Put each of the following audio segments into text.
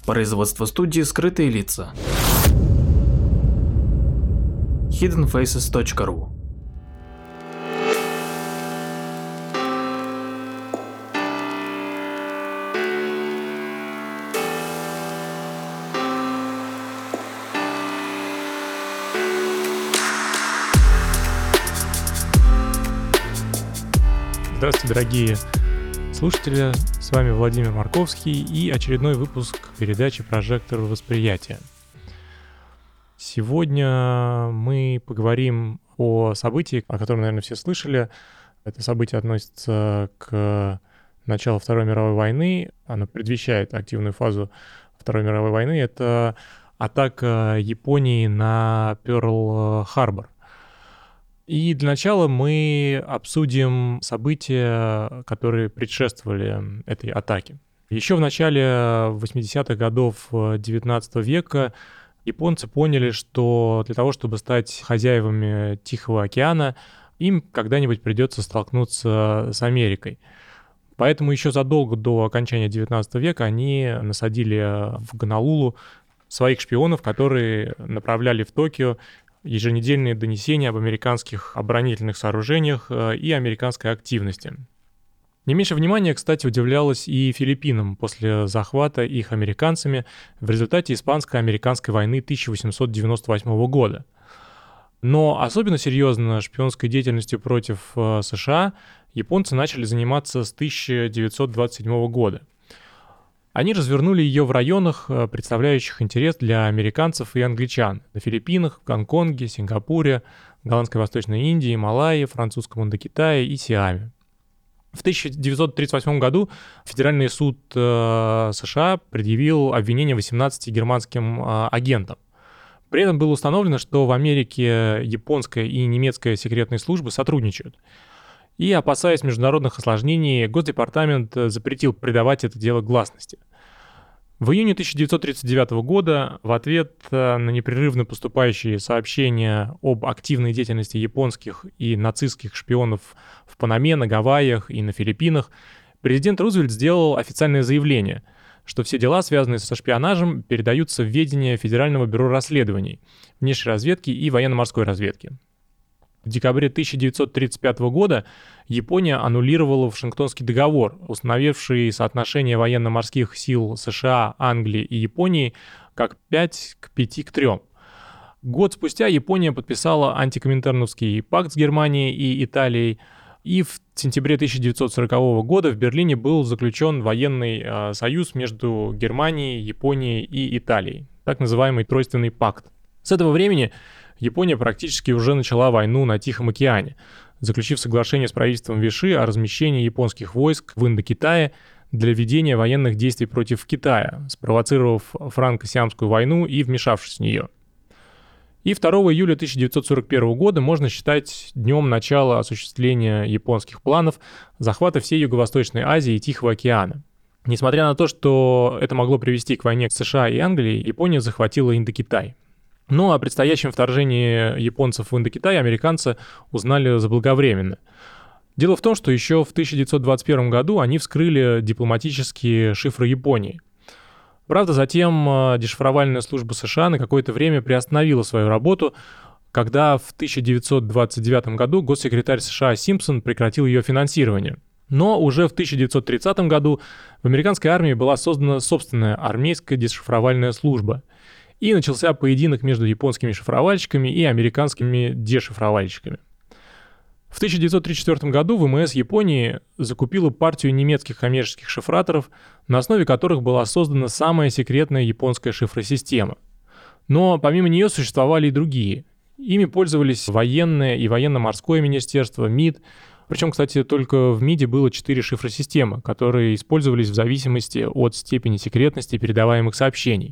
Производство студии «Скрытые лица». hiddenfaces.ru. Здравствуйте, дорогие слушатели, с вами Владимир Марковский и очередной выпуск передачи «Прожектор восприятия». Сегодня мы поговорим о событии, о котором, наверное, все слышали. Это событие относится к началу Второй мировой войны, оно предвещает активную фазу Второй мировой войны. Это атака Японии на Пёрл-Харбор. И для начала мы обсудим события, которые предшествовали этой атаке. Еще в начале 80-х годов XIX века японцы поняли, что для того, чтобы стать хозяевами Тихого океана, им когда-нибудь придется столкнуться с Америкой. Поэтому еще задолго до окончания XIX века они насадили в Гонолулу своих шпионов, которые направляли в Токио еженедельные донесения об американских оборонительных сооружениях и американской активности. Не меньше внимания, кстати, уделялось и Филиппинам после захвата их американцами в результате Испанско-американской войны 1898 года. Но особенно серьезно шпионской деятельностью против США японцы начали заниматься с 1927 года. Они развернули ее в районах, представляющих интерес для американцев и англичан. На Филиппинах, Гонконге, Сингапуре, Голландской Восточной Индии, Малайи, Французском Индокитае и Сиаме. В 1938 году Федеральный суд США предъявил обвинение 18 германским агентам. При этом было установлено, что в Америке японская и немецкая секретные службы сотрудничают. И, опасаясь международных осложнений, Госдепартамент запретил придавать это дело гласности. В июне 1939 года в ответ на непрерывно поступающие сообщения об активной деятельности японских и нацистских шпионов в Панаме, на Гавайях и на Филиппинах, президент Рузвельт сделал официальное заявление, что все дела, связанные со шпионажем, передаются в ведение Федерального бюро расследований, внешней разведки и военно-морской разведки. В декабре 1935 года Япония аннулировала Вашингтонский договор, установивший соотношение военно-морских сил США, Англии и Японии как 5 к 5 к 3. Год спустя Япония подписала антикоминтерновский пакт с Германией и Италией, и в сентябре 1940 года в Берлине был заключен военный союз между Германией, Японией и Италией, так называемый Тройственный пакт. С этого времени Япония практически уже начала войну на Тихом океане, заключив соглашение с правительством Виши о размещении японских войск в Индокитае для ведения военных действий против Китая, спровоцировав франко-сиамскую войну и вмешавшись в нее. И 2 июля 1941 года можно считать днем начала осуществления японских планов захвата всей Юго-Восточной Азии и Тихого океана. Несмотря на то, что это могло привести к войне с США и Англией, Япония захватила Индокитай. Но о предстоящем вторжении японцев в Индокитай американцы узнали заблаговременно. Дело в том, что еще в 1921 году они вскрыли дипломатические шифры Японии. Правда, затем дешифровальная служба США на какое-то время приостановила свою работу, когда в 1929 году госсекретарь США Симпсон прекратил ее финансирование. Но уже в 1930 году в американской армии была создана собственная армейская дешифровальная служба. И начался поединок между японскими шифровальщиками и американскими дешифровальщиками. В 1934 году ВМС Японии закупила партию немецких коммерческих шифраторов, на основе которых была создана самая секретная японская шифросистема. Но помимо нее существовали и другие. Ими пользовались военное и военно-морское министерство, МИД. Причем, кстати, только в МИДе было 4 шифросистемы, которые использовались в зависимости от степени секретности передаваемых сообщений.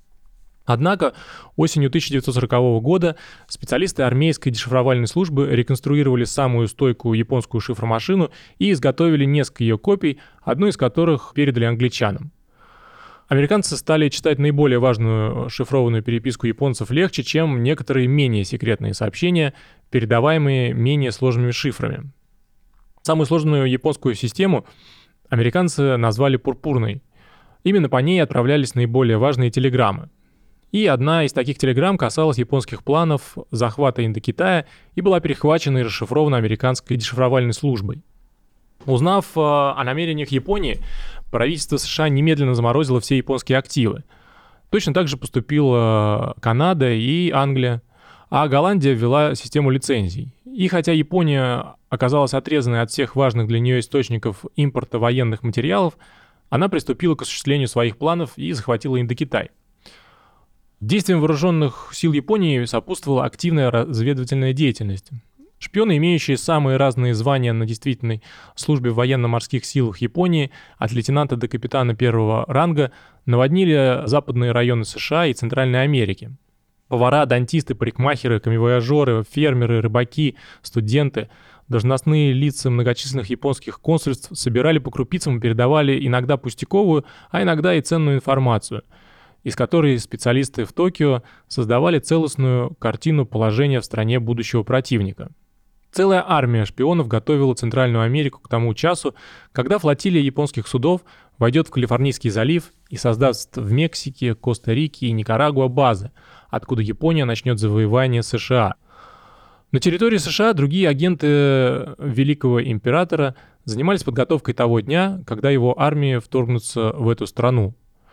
Однако осенью 1940 года специалисты армейской дешифровальной службы реконструировали самую стойкую японскую шифромашину и изготовили несколько ее копий, одну из которых передали англичанам. Американцы стали читать наиболее важную шифрованную переписку японцев легче, чем некоторые менее секретные сообщения, передаваемые менее сложными шифрами. Самую сложную японскую систему американцы назвали «пурпурной». Именно по ней отправлялись наиболее важные телеграммы. И одна из таких телеграмм касалась японских планов захвата Индокитая и была перехвачена и расшифрована американской дешифровальной службой. Узнав о намерениях Японии, правительство США немедленно заморозило все японские активы. Точно так же поступила Канада и Англия, а Голландия ввела систему лицензий. И хотя Япония оказалась отрезанной от всех важных для нее источников импорта военных материалов, она приступила к осуществлению своих планов и захватила Индокитай. Действиям вооруженных сил Японии сопутствовала активная разведывательная деятельность. Шпионы, имеющие самые разные звания на действительной службе в военно-морских силах Японии, от лейтенанта до капитана первого ранга, наводнили западные районы США и Центральной Америки. Повара, дантисты, парикмахеры, камевояжеры, фермеры, рыбаки, студенты, должностные лица многочисленных японских консульств собирали по крупицам и передавали иногда пустяковую, а иногда и ценную информацию, из которой специалисты в Токио создавали целостную картину положения в стране будущего противника. Целая армия шпионов готовила Центральную Америку к тому часу, когда флотилия японских судов войдет в Калифорнийский залив и создаст в Мексике, Коста-Рике и Никарагуа базы, откуда Япония начнет завоевание США. На территории США другие агенты Великого Императора занимались подготовкой того дня, когда его армии вторгнутся в эту страну.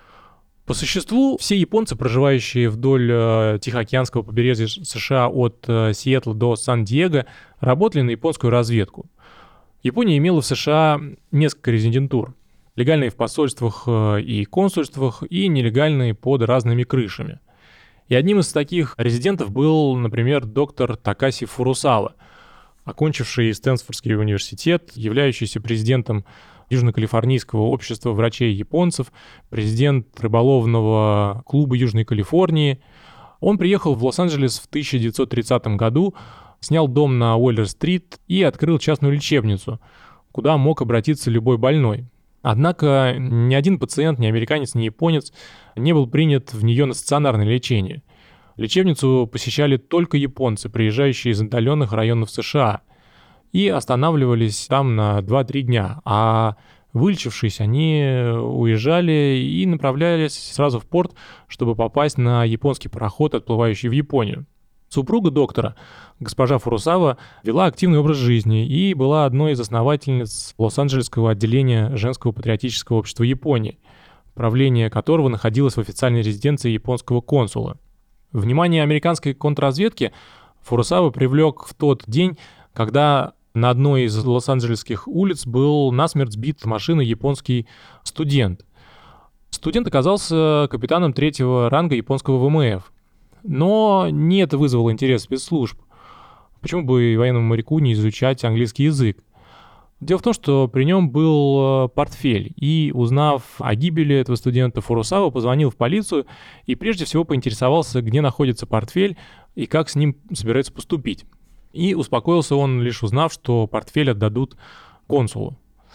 По существу, все японцы, проживающие вдоль Тихоокеанского побережья США от Сиэтла до Сан-Диего, работали на японскую разведку. Япония имела в США несколько резидентур. Легальные в посольствах и консульствах, и нелегальные под разными крышами. И одним из таких резидентов был, например, доктор Такаси Фурусава, окончивший Стэнфордский университет, являющийся президентом Южно-Калифорнийского общества врачей-японцев, президент рыболовного клуба Южной Калифорнии. Он приехал в Лос-Анджелес в 1930 году, снял дом на Уоллер-стрит и открыл частную лечебницу, куда мог обратиться любой больной. Однако ни один пациент, ни американец, ни японец не был принят в нее на стационарное лечение. Лечебницу посещали только японцы, приезжающие из отдаленных районов США, и останавливались там на 2-3 дня, а вылечившись, они уезжали и направлялись сразу в порт, чтобы попасть на японский пароход, отплывающий в Японию. Супруга доктора, госпожа Фурусава, вела активный образ жизни и была одной из основательниц Лос-Анджелесского отделения Женского патриотического общества Японии, правление которого находилось в официальной резиденции японского консула. Внимание американской контрразведки Фурусава привлек в тот день, когда на одной из лос-анджелесских улиц был насмерть сбит машиной японский студент. Студент оказался капитаном 3-го ранга японского ВМФ. Но не это вызвало интерес спецслужб. Почему бы военному моряку не изучать английский язык? Дело в том, что при нем был портфель, и, узнав о гибели этого студента, Фурусава позвонил в полицию и прежде всего поинтересовался, где находится портфель и как с ним собирается поступить. И успокоился он, лишь узнав, что портфель отдадут консулу.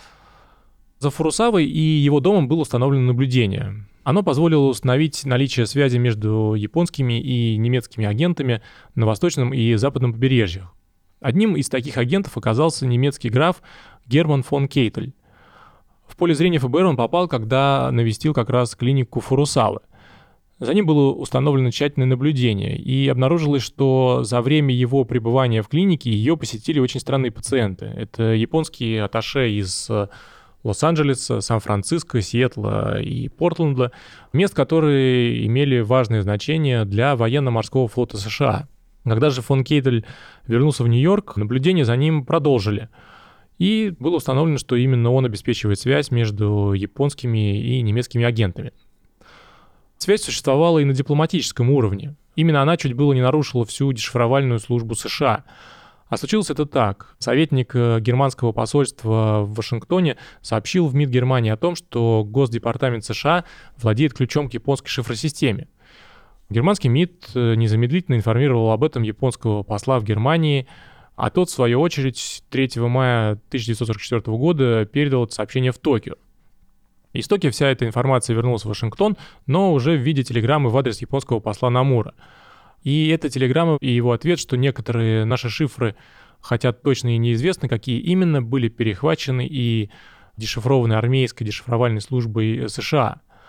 За Фурусавой и его домом было установлено наблюдение. Оно позволило установить наличие связи между японскими и немецкими агентами на восточном и западном побережьях. Одним из таких агентов оказался немецкий граф Герман фон Кейтель. В поле зрения ФБР он попал, когда навестил как раз клинику Фурусавы. За ним было установлено тщательное наблюдение, и обнаружилось, что за время его пребывания в клинике ее посетили очень странные пациенты. Это японские атташе из Лос-Анджелеса, Сан-Франциско, Сиэтла и Портленда, мест, которые имели важное значение для военно-морского флота США. Когда же фон Кейтель вернулся в Нью-Йорк, наблюдение за ним продолжили. И было установлено, что именно он обеспечивает связь между японскими и немецкими агентами. Связь существовала и на дипломатическом уровне. Именно она чуть было не нарушила всю дешифровальную службу США. А случилось это так. Советник германского посольства в Вашингтоне сообщил в МИД Германии о том, что Госдепартамент США владеет ключом к японской шифросистеме. Германский МИД незамедлительно информировал об этом японского посла в Германии, а тот, в свою очередь, 3 мая 1944 года передал это сообщение в Токио. Из Токио вся эта информация вернулась в Вашингтон, но уже в виде телеграммы в адрес японского посла Намура. И эта телеграмма и его ответ, что некоторые наши шифры, хотя точно и неизвестно, какие именно, были перехвачены и дешифрованы армейской дешифровальной службой США.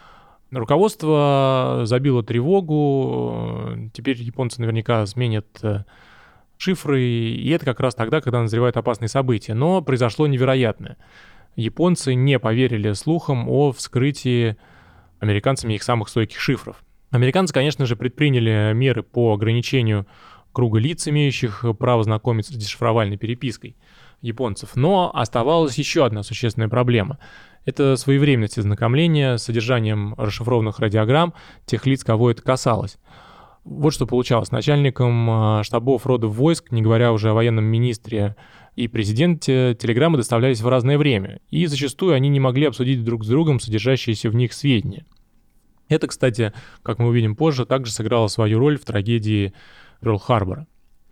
Руководство забило тревогу, теперь японцы наверняка сменят шифры, и это как раз тогда, когда назревают опасные события. Но произошло невероятное. Японцы не поверили слухам о вскрытии американцами их самых стойких шифров. Американцы, конечно же, предприняли меры по ограничению круга лиц, имеющих право знакомиться с дешифровальной перепиской японцев. Но оставалась еще одна существенная проблема. Это своевременность ознакомления с содержанием расшифрованных радиограмм тех лиц, кого это касалось. Вот что получалось. Начальникам штабов родов войск, не говоря уже о военном министре и президенте, телеграммы доставлялись в разное время, и зачастую они не могли обсудить друг с другом содержащиеся в них сведения. Это, кстати, как мы увидим позже, также сыграло свою роль в трагедии Пёрл-Харбора.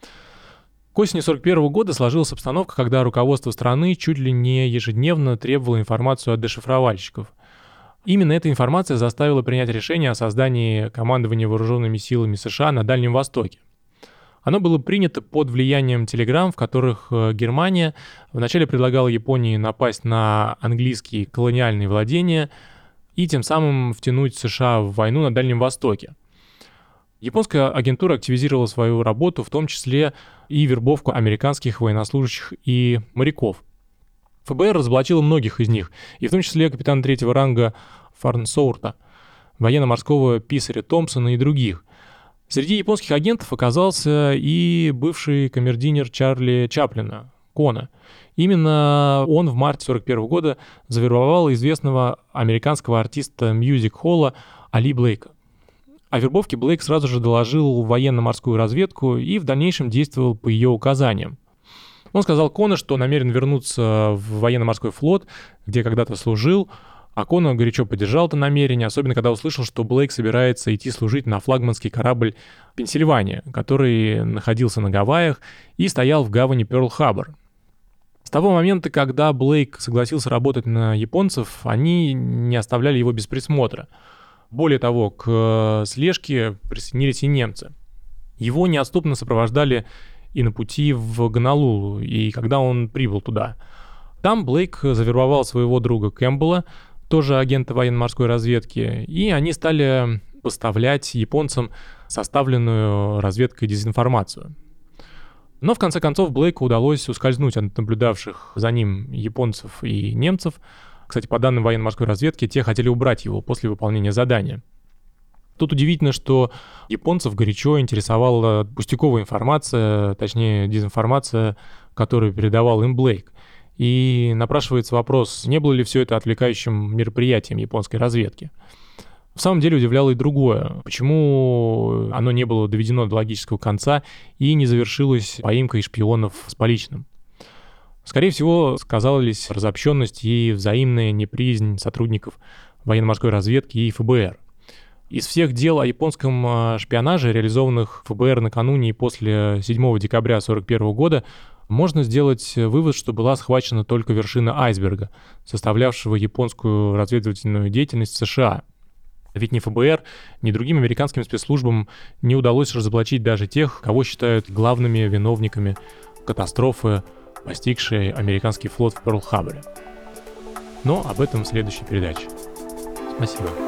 К осени 1941 года сложилась обстановка, когда руководство страны чуть ли не ежедневно требовало информацию от дешифровальщиков. Именно эта информация заставила принять решение о создании командования вооруженными силами США на Дальнем Востоке. Оно было принято под влиянием телеграмм, в которых Германия вначале предлагала Японии напасть на английские колониальные владения и тем самым втянуть США в войну на Дальнем Востоке. Японская агентура активизировала свою работу, в том числе и вербовку американских военнослужащих и моряков. ФБР разоблачило многих из них, и в том числе капитана третьего ранга Фарнсоурта, военно-морского писаря Томпсона и других. Среди японских агентов оказался и бывший камердинер Чарли Чаплина, Кона. Именно он в марте 1941 года завербовал известного американского артиста мьюзик-холла Али Блейка. О вербовке Блейк сразу же доложил в военно-морскую разведку и в дальнейшем действовал по ее указаниям. Он сказал Кону, что намерен вернуться в военно-морской флот, где когда-то служил, а Кону горячо поддержал это намерение, особенно когда услышал, что Блейк собирается идти служить на флагманский корабль «Пенсильвания», который находился на Гавайях и стоял в гавани Пёрл-Харбор. С того момента, когда Блейк согласился работать на японцев, они не оставляли его без присмотра. Более того, к слежке присоединились и немцы. Его неотступно сопровождали и на пути в Гонолулу, и когда он прибыл туда. Там Блейк завербовал своего друга Кэмпбелла, тоже агента военно-морской разведки, и они стали поставлять японцам составленную разведкой дезинформацию. Но в конце концов Блейку удалось ускользнуть от наблюдавших за ним японцев и немцев. Кстати, по данным военно-морской разведки, те хотели убрать его после выполнения задания. Тут удивительно, что японцев горячо интересовала пустяковая информация, точнее дезинформация, которую передавал им Блейк. И напрашивается вопрос, не было ли все это отвлекающим мероприятием японской разведки. В самом деле удивляло и другое. Почему оно не было доведено до логического конца и не завершилось поимкой шпионов с поличным? Скорее всего, сказались разобщенность и взаимная неприязнь сотрудников военно-морской разведки и ФБР. Из всех дел о японском шпионаже, реализованных ФБР накануне и после 7 декабря 1941 года, можно сделать вывод, что была схвачена только вершина айсберга, составлявшего японскую разведывательную деятельность в США. Ведь ни ФБР, ни другим американским спецслужбам не удалось разоблачить даже тех, кого считают главными виновниками катастрофы, постигшей американский флот в Пёрл-Харборе. Но об этом в следующей передаче. Спасибо.